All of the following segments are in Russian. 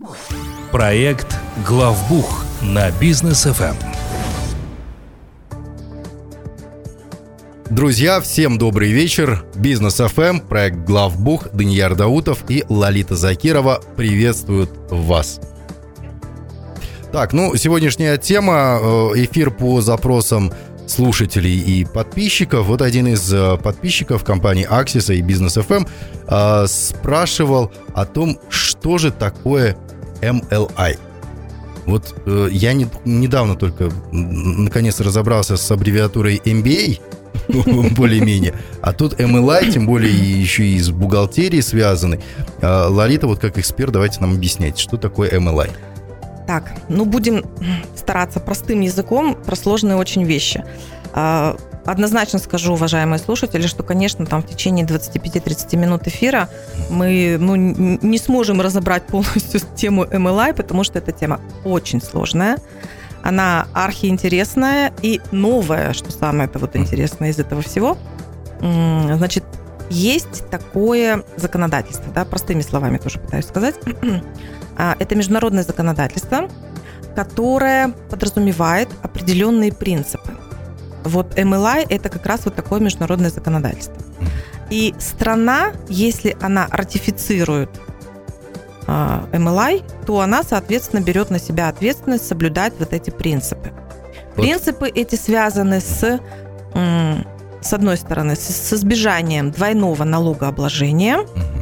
Проект «Главбух» на Бизнес ФМ. Друзья, всем добрый вечер. Бизнес ФМ, проект «Главбух», Данияр Даутов и Лолита Закирова приветствуют вас. Так, сегодняшняя тема, эфир по запросам слушателей и подписчиков. Вот один из подписчиков компании Axis и Бизнес ФМ спрашивал о том, что же такое MLI. Вот я недавно только наконец разобрался с аббревиатурой MBA, более-менее, а тут MLI, тем более еще и с бухгалтерией связаны. Лолита, вот как эксперт, давайте нам объяснять, что такое MLI. Так, будем стараться простым языком про сложные очень вещи. Однозначно скажу, уважаемые слушатели, что, конечно, там в течение 25-30 минут эфира мы не сможем разобрать полностью тему MLI, потому что эта тема очень сложная. Она архиинтересная и новая, что самое интересное из этого всего. Значит, есть такое законодательство, да, простыми словами тоже пытаюсь сказать. Это международное законодательство, которое подразумевает определенные принципы. Вот MLI – это как раз вот такое международное законодательство. И страна, если она ратифицирует MLI, то она, соответственно, берет на себя ответственность соблюдать вот эти принципы. Принципы эти связаны с одной стороны, с избежанием двойного налогообложения.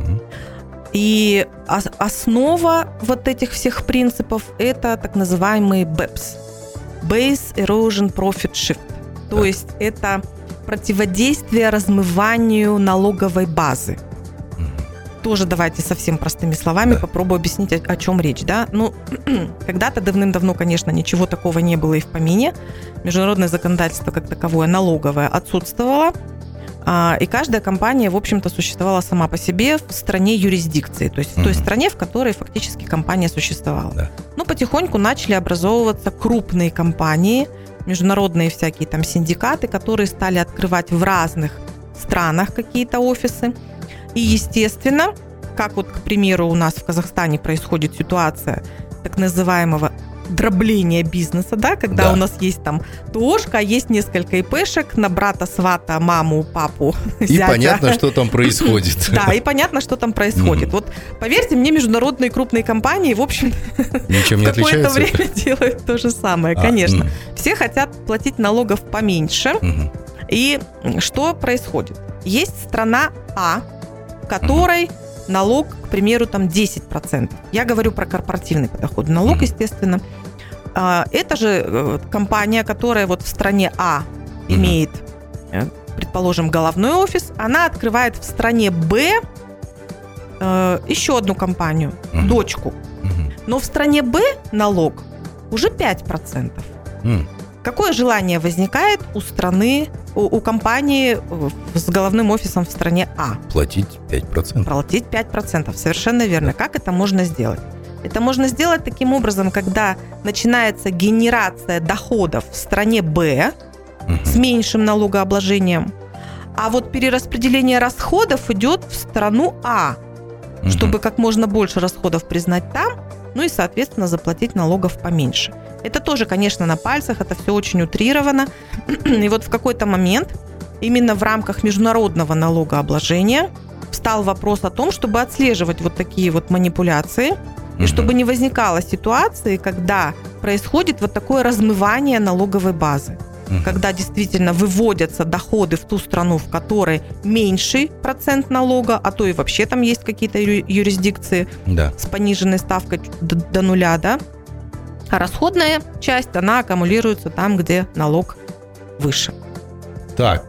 И основа вот этих всех принципов – это так называемый BEPS – Base Erosion Profit Shift. То есть это противодействие размыванию налоговой базы. Тоже давайте совсем простыми словами попробую объяснить, о чем речь. Да? Когда-то давным-давно, конечно, ничего такого не было и в помине. Международное законодательство как таковое налоговое отсутствовало. И каждая компания, в общем-то, существовала сама по себе в стране юрисдикции, то есть в той стране, в которой фактически компания существовала. Да. Потихоньку начали образовываться крупные компании, международные всякие там синдикаты, которые стали открывать в разных странах какие-то офисы. И, естественно, как вот, к примеру, у нас в Казахстане происходит ситуация так называемого дробления бизнеса, да, когда у нас есть там ТОшка, есть несколько ИПшек на брата, свата, маму, папу, зятя. И понятно, что там происходит. Да, и понятно, что там происходит. Вот поверьте мне, международные крупные компании, в общем, в какое-то время делают то же самое, конечно. Все хотят платить налогов поменьше. И что происходит? Есть страна А, в которой налог, к примеру, там 10%. Я говорю про корпоративный подоходный налог, естественно. Это же компания, которая вот в стране А имеет, предположим, головной офис, она открывает в стране Б еще одну компанию, дочку. Но в стране Б налог уже 5%. Какое желание возникает у компании с головным офисом в стране А? Платить 5%. Платить 5%, совершенно верно. Как это можно сделать? Это можно сделать таким образом, когда начинается генерация доходов в стране Б с меньшим налогообложением, а вот перераспределение расходов идет в страну А, чтобы как можно больше расходов признать там, и, соответственно, заплатить налогов поменьше. Это тоже, конечно, на пальцах, это все очень утрировано. И вот в какой-то момент именно в рамках международного налогообложения встал вопрос о том, чтобы отслеживать вот такие вот манипуляции, и чтобы не возникало ситуации, когда происходит вот такое размывание налоговой базы. Когда действительно выводятся доходы в ту страну, в которой меньший процент налога, а то и вообще там есть какие-то юрисдикции с пониженной ставкой до нуля, да? А расходная часть, она аккумулируется там, где налог выше. Так,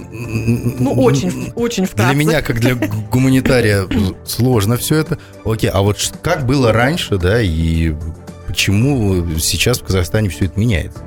очень вкратце. Для меня, как для гуманитария, сложно все это. Окей, а вот как было раньше, да, и почему сейчас в Казахстане все это меняется?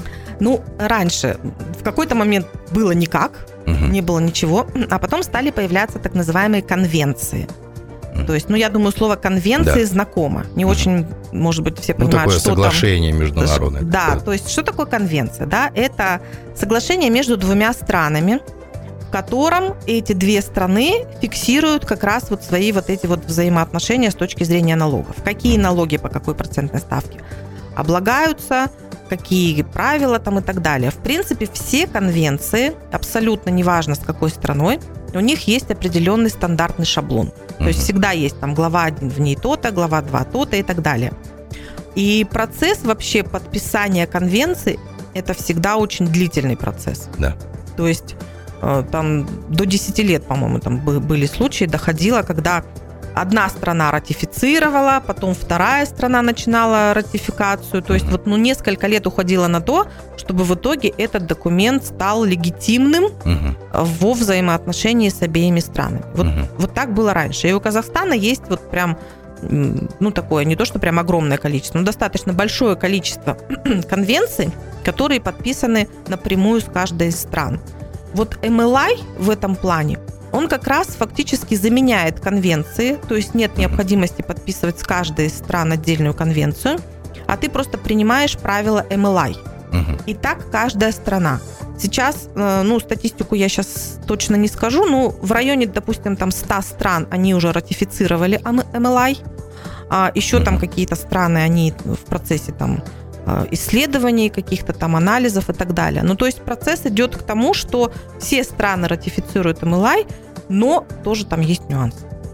Раньше в какой-то момент было никак, не было ничего, а потом стали появляться так называемые конвенции. То есть, я думаю, слово конвенции знакомо. Не очень, может быть, все понимают, такое что соглашение там... международное. Да, то есть, что такое конвенция? Да? Это соглашение между двумя странами, в котором эти две страны фиксируют как раз вот свои вот эти вот взаимоотношения с точки зрения налогов. Какие налоги по какой процентной ставке облагаются, какие правила там и так далее. В принципе, все конвенции, абсолютно неважно с какой страной, у них есть определенный стандартный шаблон. То есть всегда есть там глава 1 в ней то-то, глава 2 то-то и так далее. И процесс вообще подписания конвенции – это всегда очень длительный процесс. Да. То есть там до 10 лет, по-моему, там были случаи, доходило, когда одна страна ратифицировала, потом вторая страна начинала ратификацию. То есть вот несколько лет уходило на то, чтобы в итоге этот документ стал легитимным во взаимоотношении с обеими странами. Вот так было раньше. И у Казахстана есть вот прям, такое, не то что прям огромное количество, но достаточно большое количество конвенций, которые подписаны напрямую с каждой из стран. Вот MLI в этом плане, он как раз фактически заменяет конвенции, то есть нет необходимости подписывать с каждой из стран отдельную конвенцию, а ты просто принимаешь правила MLI. И так каждая страна. Сейчас, статистику я сейчас точно не скажу, но в районе, допустим, там 100 стран они уже ратифицировали MLI, а еще там какие-то страны, они в процессе там исследований, каких-то там анализов и так далее. То есть процесс идет к тому, что все страны ратифицируют MLI, но тоже там есть нюансы.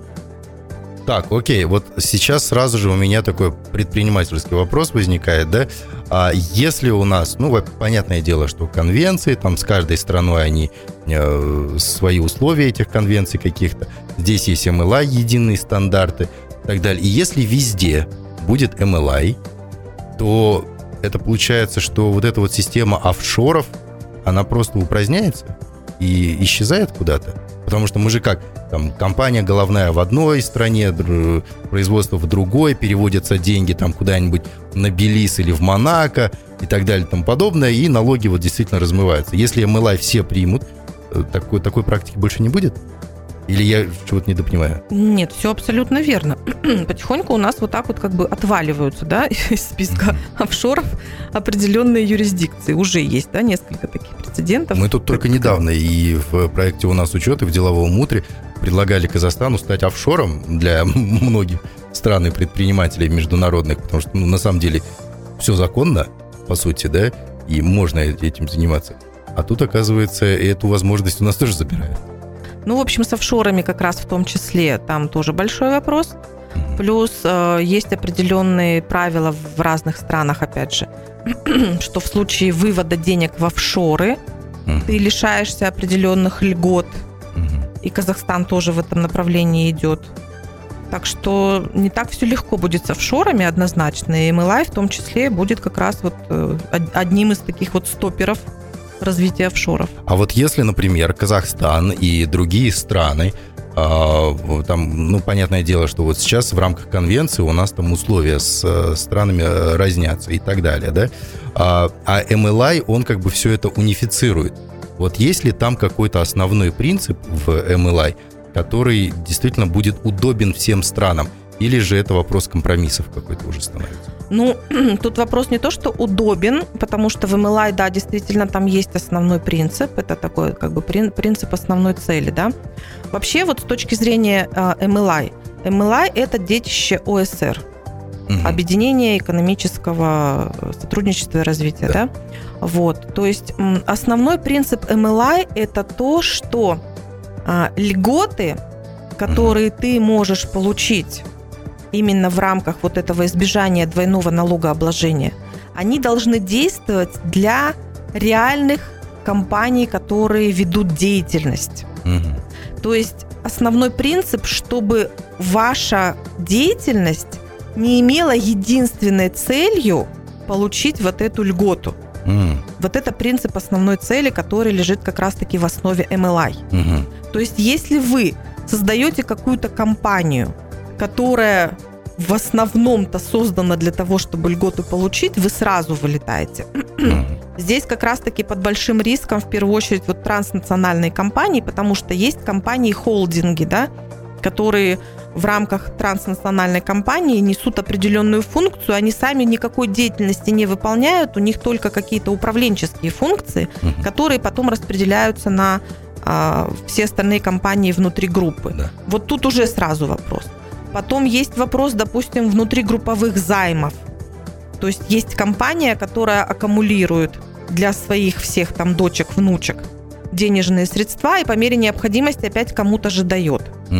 Так, окей, вот сейчас сразу же у меня такой предпринимательский вопрос возникает, да? А если у нас, понятное дело, что конвенции, там с каждой страной они свои условия этих конвенций каких-то, здесь есть MLI, единые стандарты и так далее. И если везде будет MLI, то это получается, что вот эта вот система офшоров, она просто упраздняется и исчезает куда-то. Потому что мы же как, там, компания головная в одной стране, производство в другой, переводятся деньги там куда-нибудь на Белиз или в Монако и так далее и тому подобное, и налоги вот действительно размываются. Если MLI все примут, такой практики больше не будет? Или я чего-то недопонимаю? Нет, все абсолютно верно. Потихоньку у нас вот так вот как бы отваливаются, да, из списка офшоров определенные юрисдикции. Уже есть, да, несколько таких прецедентов. Мы тут только недавно и в проекте «У нас учет», и в деловом утре предлагали Казахстану стать офшором для многих стран и предпринимателей международных, потому что, на самом деле, все законно, по сути, да, и можно этим заниматься. А тут, оказывается, эту возможность у нас тоже забирают. В общем, с офшорами как раз в том числе там тоже большой вопрос. Плюс есть определенные правила в разных странах, опять же, что в случае вывода денег в офшоры ты лишаешься определенных льгот. И Казахстан тоже в этом направлении идет. Так что не так все легко будет с офшорами однозначно. И MLI в том числе будет как раз вот одним из таких вот стоперов развития офшоров. А вот если, например, Казахстан и другие страны, там, понятное дело, что вот сейчас в рамках конвенции у нас там условия с странами разнятся и так далее, да? А MLI, он как бы все это унифицирует. Вот есть ли там какой-то основной принцип в MLI, который действительно будет удобен всем странам? Или же это вопрос компромиссов какой-то уже становится? Тут вопрос не то, что удобен, потому что в MLI, да, действительно там есть основной принцип, это такой как бы принцип основной цели, да. Вообще вот с точки зрения MLI это детище ОСР, Объединение экономического сотрудничества и развития, да. Вот, то есть основной принцип MLI это то, что льготы, которые ты можешь получить именно в рамках вот этого избежания двойного налогообложения, они должны действовать для реальных компаний, которые ведут деятельность. То есть основной принцип, чтобы ваша деятельность не имела единственной целью получить вот эту льготу. Вот это принцип основной цели, который лежит как раз-таки в основе MLI. То есть если вы создаете какую-то компанию, которая в основном-то создана для того, чтобы льготу получить, вы сразу вылетаете. Здесь как раз-таки под большим риском, в первую очередь, вот транснациональные компании, потому что есть компании-холдинги, да, которые в рамках транснациональной компании несут определенную функцию, они сами никакой деятельности не выполняют, у них только какие-то управленческие функции, которые потом распределяются на все остальные компании внутри группы. Да. Вот тут уже сразу вопрос. Потом есть вопрос, допустим, внутригрупповых займов. То есть есть компания, которая аккумулирует для своих всех там дочек, внучек денежные средства и по мере необходимости опять кому-то же дает.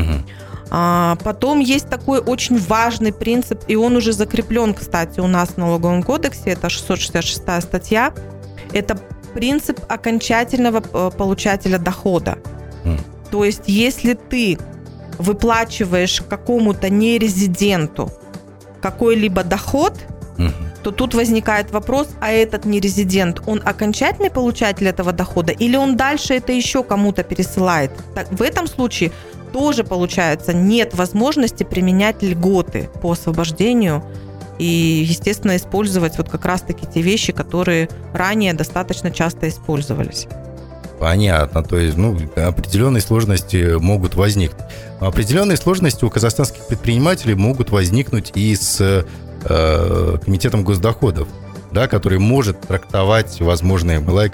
Потом есть такой очень важный принцип, и он уже закреплен, кстати, у нас в налоговом кодексе, это 666 статья, это принцип окончательного получателя дохода. То есть если ты выплачиваешь какому-то нерезиденту какой-либо доход, то тут возникает вопрос, а этот нерезидент, он окончательный получатель этого дохода или он дальше это еще кому-то пересылает? Так, в этом случае тоже, получается, нет возможности применять льготы по освобождению и, естественно, использовать вот как раз-таки те вещи, которые ранее достаточно часто использовались. Понятно, то есть определенные сложности могут возникнуть. Определенные сложности у казахстанских предпринимателей могут возникнуть и с Комитетом госдоходов, да, который может трактовать возможные МЛА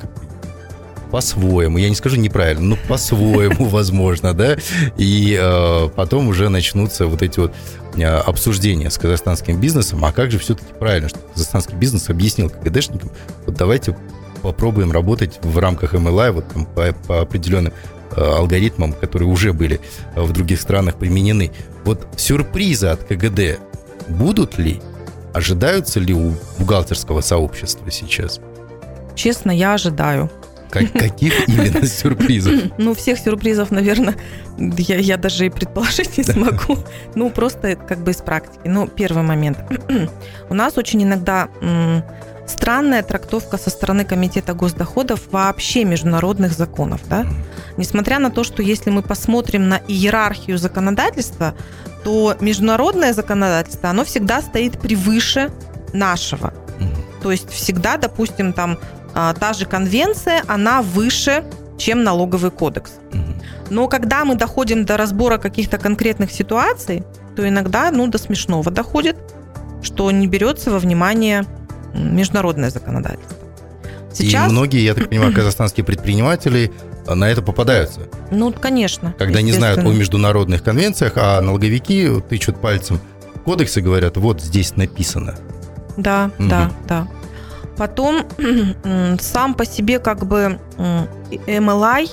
по-своему. Я не скажу неправильно, но по-своему возможно, да. И потом уже начнутся вот эти вот обсуждения с казахстанским бизнесом. А как же все-таки правильно, что казахстанский бизнес объяснил КГДшникам, вот давайте попробуем работать в рамках МЛА вот там, по определенным алгоритмам, которые уже были в других странах применены. Вот сюрпризы от КГД будут ли? Ожидаются ли у бухгалтерского сообщества сейчас? Честно, я ожидаю. Каких именно сюрпризов? Всех сюрпризов, наверное, я даже и предположить не смогу. Просто как бы из практики. Первый момент. У нас очень иногда странная трактовка со стороны Комитета госдоходов вообще международных законов. Да? Несмотря на то, что если мы посмотрим на иерархию законодательства, то международное законодательство, оно всегда стоит превыше нашего. То есть всегда, допустим, там та же конвенция, она выше, чем налоговый кодекс. Но когда мы доходим до разбора каких-то конкретных ситуаций, то иногда, до смешного доходит, что не берется во внимание международное законодательство. Сейчас... И многие, я так понимаю, казахстанские предприниматели на это попадаются. Конечно. Когда не знают о международных конвенциях, а налоговики тычут пальцем в кодекс и говорят, вот здесь написано. Да. Потом сам по себе как бы MLI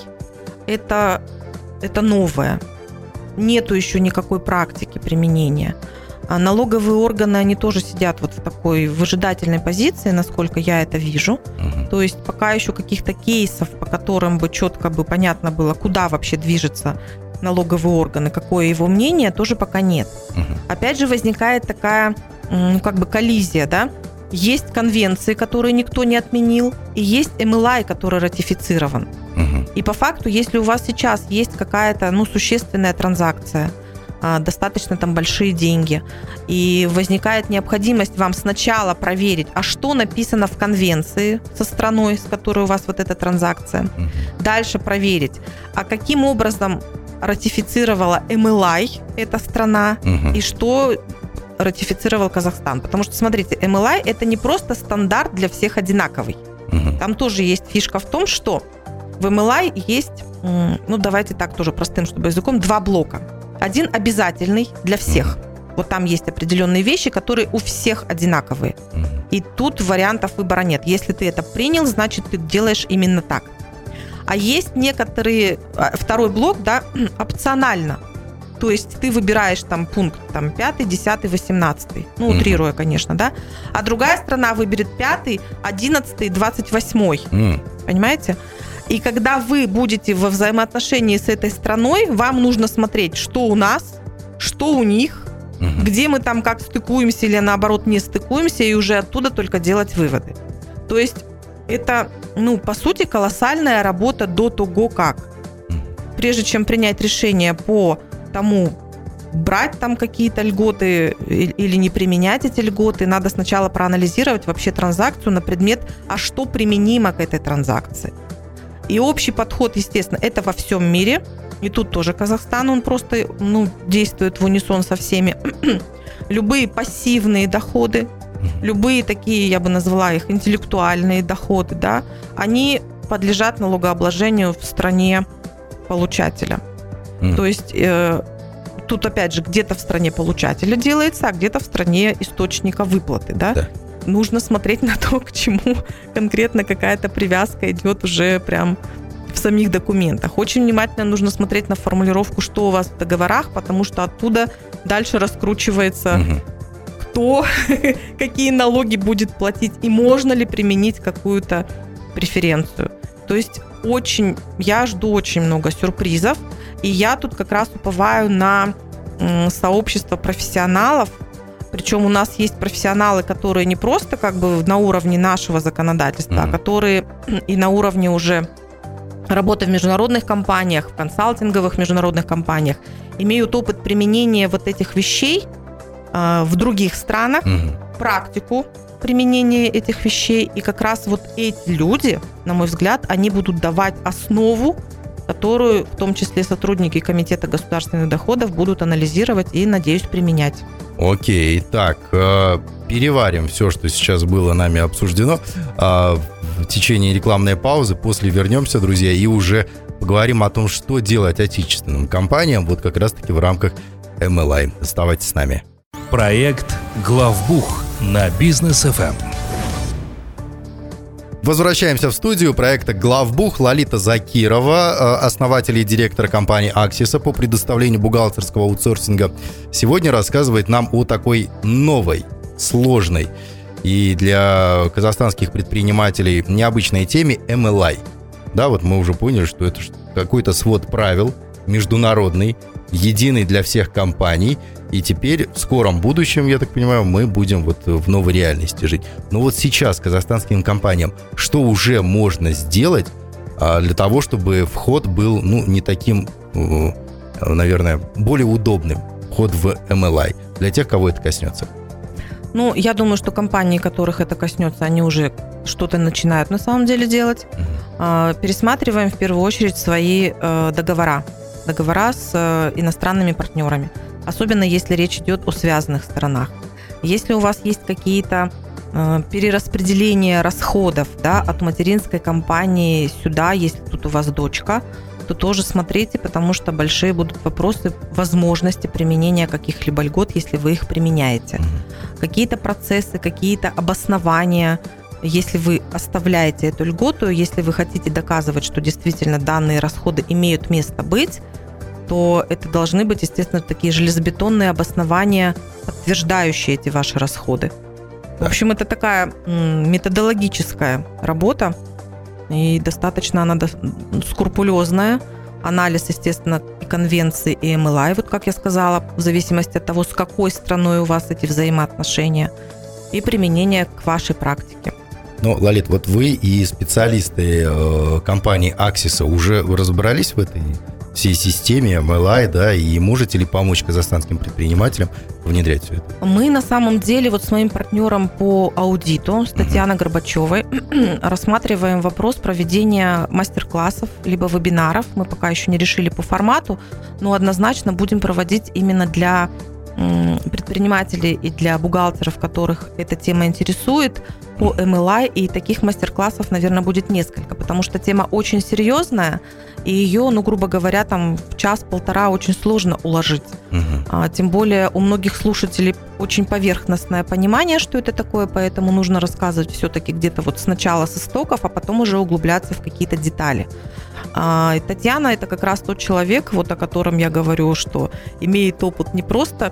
это новое. Нету еще никакой практики применения. А налоговые органы, они тоже сидят вот в такой выжидательной позиции, насколько я это вижу. То есть пока еще каких-то кейсов, по которым бы четко бы понятно было, куда вообще движется налоговый орган и какое его мнение, тоже пока нет. Опять же возникает такая, коллизия, да? Есть конвенции, которые никто не отменил, и есть MLI, который ратифицирован. И по факту, если у вас сейчас есть какая-то, существенная транзакция, достаточно там большие деньги, и возникает необходимость вам сначала проверить, а что написано в конвенции со страной, с которой у вас вот эта транзакция, дальше проверить, а каким образом ратифицировала MLI эта страна, и что ратифицировал Казахстан. Потому что, смотрите, MLI – это не просто стандарт для всех одинаковый. Там тоже есть фишка в том, что в MLI есть, давайте так тоже простым, чтобы языком, 2 блока. Один обязательный для всех. Вот там есть определенные вещи, которые у всех одинаковые. И тут вариантов выбора нет. Если ты это принял, значит, ты делаешь именно так. А есть некоторые, второй блок, да, опционально. То есть ты выбираешь там пункт 5, 10, 18. Утрируя, конечно, да. А другая страна выберет 5, 11, 28. Понимаете? И когда вы будете во взаимоотношении с этой страной, вам нужно смотреть, что у нас, что у них, где мы там как стыкуемся или наоборот не стыкуемся, и уже оттуда только делать выводы. То есть это, по сути, колоссальная работа до того, как. Прежде чем принять решение по тому, брать там какие-то льготы или не применять эти льготы, надо сначала проанализировать вообще транзакцию на предмет, а что применимо к этой транзакции. И общий подход, естественно, это во всем мире. И тут тоже Казахстан, он просто действует в унисон со всеми. Любые пассивные доходы, любые такие, я бы назвала их, интеллектуальные доходы, да, они подлежат налогообложению в стране получателя. То есть тут, опять же, где-то в стране получателя делается, а где-то в стране источника выплаты, да? Нужно смотреть на то, к чему конкретно какая-то привязка идет уже прям в самих документах. Очень внимательно нужно смотреть на формулировку, что у вас в договорах, потому что оттуда дальше раскручивается, кто, какие налоги будет платить и можно ли применить какую-то преференцию. То есть я жду очень много сюрпризов, и я тут как раз уповаю на сообщество профессионалов. Причем у нас есть профессионалы, которые не просто как бы на уровне нашего законодательства, а которые и на уровне уже работы в международных компаниях, в консалтинговых международных компаниях, имеют опыт применения вот этих вещей в других странах, практику применения этих вещей. И как раз вот эти люди, на мой взгляд, они будут давать основу, которую в том числе сотрудники Комитета государственных доходов будут анализировать и, надеюсь, применять. Окей, так, переварим все, что сейчас было нами обсуждено в течение рекламной паузы. После вернемся, друзья, и уже поговорим о том, что делать отечественным компаниям вот как раз-таки в рамках MLI. Оставайтесь с нами. Проект «Главбух» на Бизнес ФМ. Возвращаемся в студию проекта «Главбух». Лолита Закирова, основатель и директор компании «Аксиса» по предоставлению бухгалтерского аутсорсинга, сегодня рассказывает нам о такой новой, сложной и для казахстанских предпринимателей необычной теме MLI. Да, вот мы уже поняли, что это какой-то свод правил международный, единый для всех компаний. И теперь в скором будущем, я так понимаю, мы будем вот в новой реальности жить. Но вот сейчас казахстанским компаниям что уже можно сделать для того, чтобы вход был, не таким, наверное, более удобным, вход в MLI для тех, кого это коснется? Я думаю, что компании, которых это коснется, они уже что-то начинают на самом деле делать. Пересматриваем в первую очередь свои договора с иностранными партнерами. Особенно если речь идет о связанных сторонах. Если у вас есть какие-то перераспределения расходов, да, от материнской компании сюда, если тут у вас дочка, то тоже смотрите, потому что большие будут вопросы возможности применения каких-либо льгот, если вы их применяете. Какие-то процессы, какие-то обоснования, если вы оставляете эту льготу, если вы хотите доказывать, что действительно данные расходы имеют место быть, то это должны быть, естественно, такие железобетонные обоснования, подтверждающие эти ваши расходы. В общем, это такая методологическая работа, и достаточно она скрупулезная. Анализ, естественно, и конвенции, и MLI, вот как я сказала, в зависимости от того, с какой страной у вас эти взаимоотношения, и применение к вашей практике. Лолит, вот вы и специалисты компании «Аксиса» уже разобрались в этой всей системе MLI, да, и можете ли помочь казахстанским предпринимателям внедрять все это? Мы на самом деле вот с моим партнером по аудиту, с Татьяной Горбачевой, рассматриваем вопрос проведения мастер-классов либо вебинаров. Мы пока еще не решили по формату, но однозначно будем проводить именно для предпринимателей и для бухгалтеров, которых эта тема интересует, по MLI, и таких мастер-классов, наверное, будет несколько, потому что тема очень серьезная, и ее, грубо говоря, там в час-полтора очень сложно уложить. Тем более у многих слушателей очень поверхностное понимание, что это такое, поэтому нужно рассказывать все-таки где-то вот сначала с истоков, а потом уже углубляться в какие-то детали. И Татьяна – это как раз тот человек, вот о котором я говорю, что имеет опыт не просто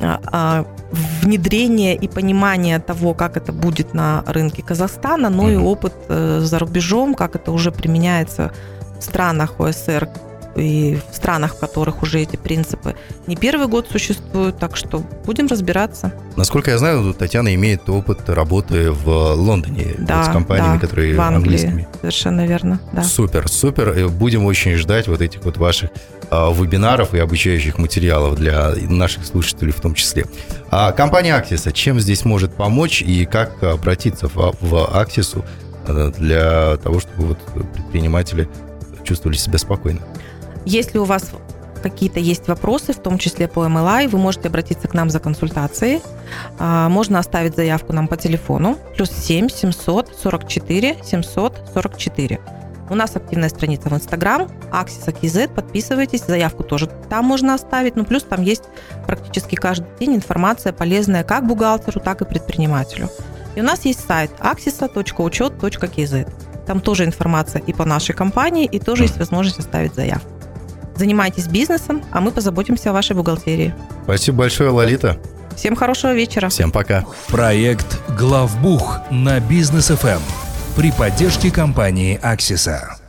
внедрения и понимания того, как это будет на рынке Казахстана, но и опыт за рубежом, как это уже применяется в странах ОСР и в странах, в которых уже эти принципы не первый год существуют, так что будем разбираться. Насколько я знаю, Татьяна имеет опыт работы в Лондоне, да, с компаниями, которые в Англии, английскими. Совершенно верно, да. Супер. Будем очень ждать вот этих вот ваших вебинаров и обучающих материалов для наших слушателей в том числе. А компания «Аксиса» чем здесь может помочь и как обратиться в «Аксису» для того, чтобы вот предприниматели чувствовали себя спокойно? Если у вас какие-то есть вопросы, в том числе по MLI, вы можете обратиться к нам за консультацией. Можно оставить заявку нам по телефону +7 744 744. У нас активная страница в Инстаграм, Axisa.kz, подписывайтесь, заявку тоже там можно оставить, ну плюс там есть практически каждый день информация полезная как бухгалтеру, так и предпринимателю. И у нас есть сайт axisa.учет.kz. Там тоже информация и по нашей компании, и тоже есть возможность оставить заявку. Занимайтесь бизнесом, а мы позаботимся о вашей бухгалтерии. Спасибо большое, Лолита. Всем хорошего вечера. Всем пока. Проект «Главбух» на Бизнес ФМ при поддержке компании «Аксиса».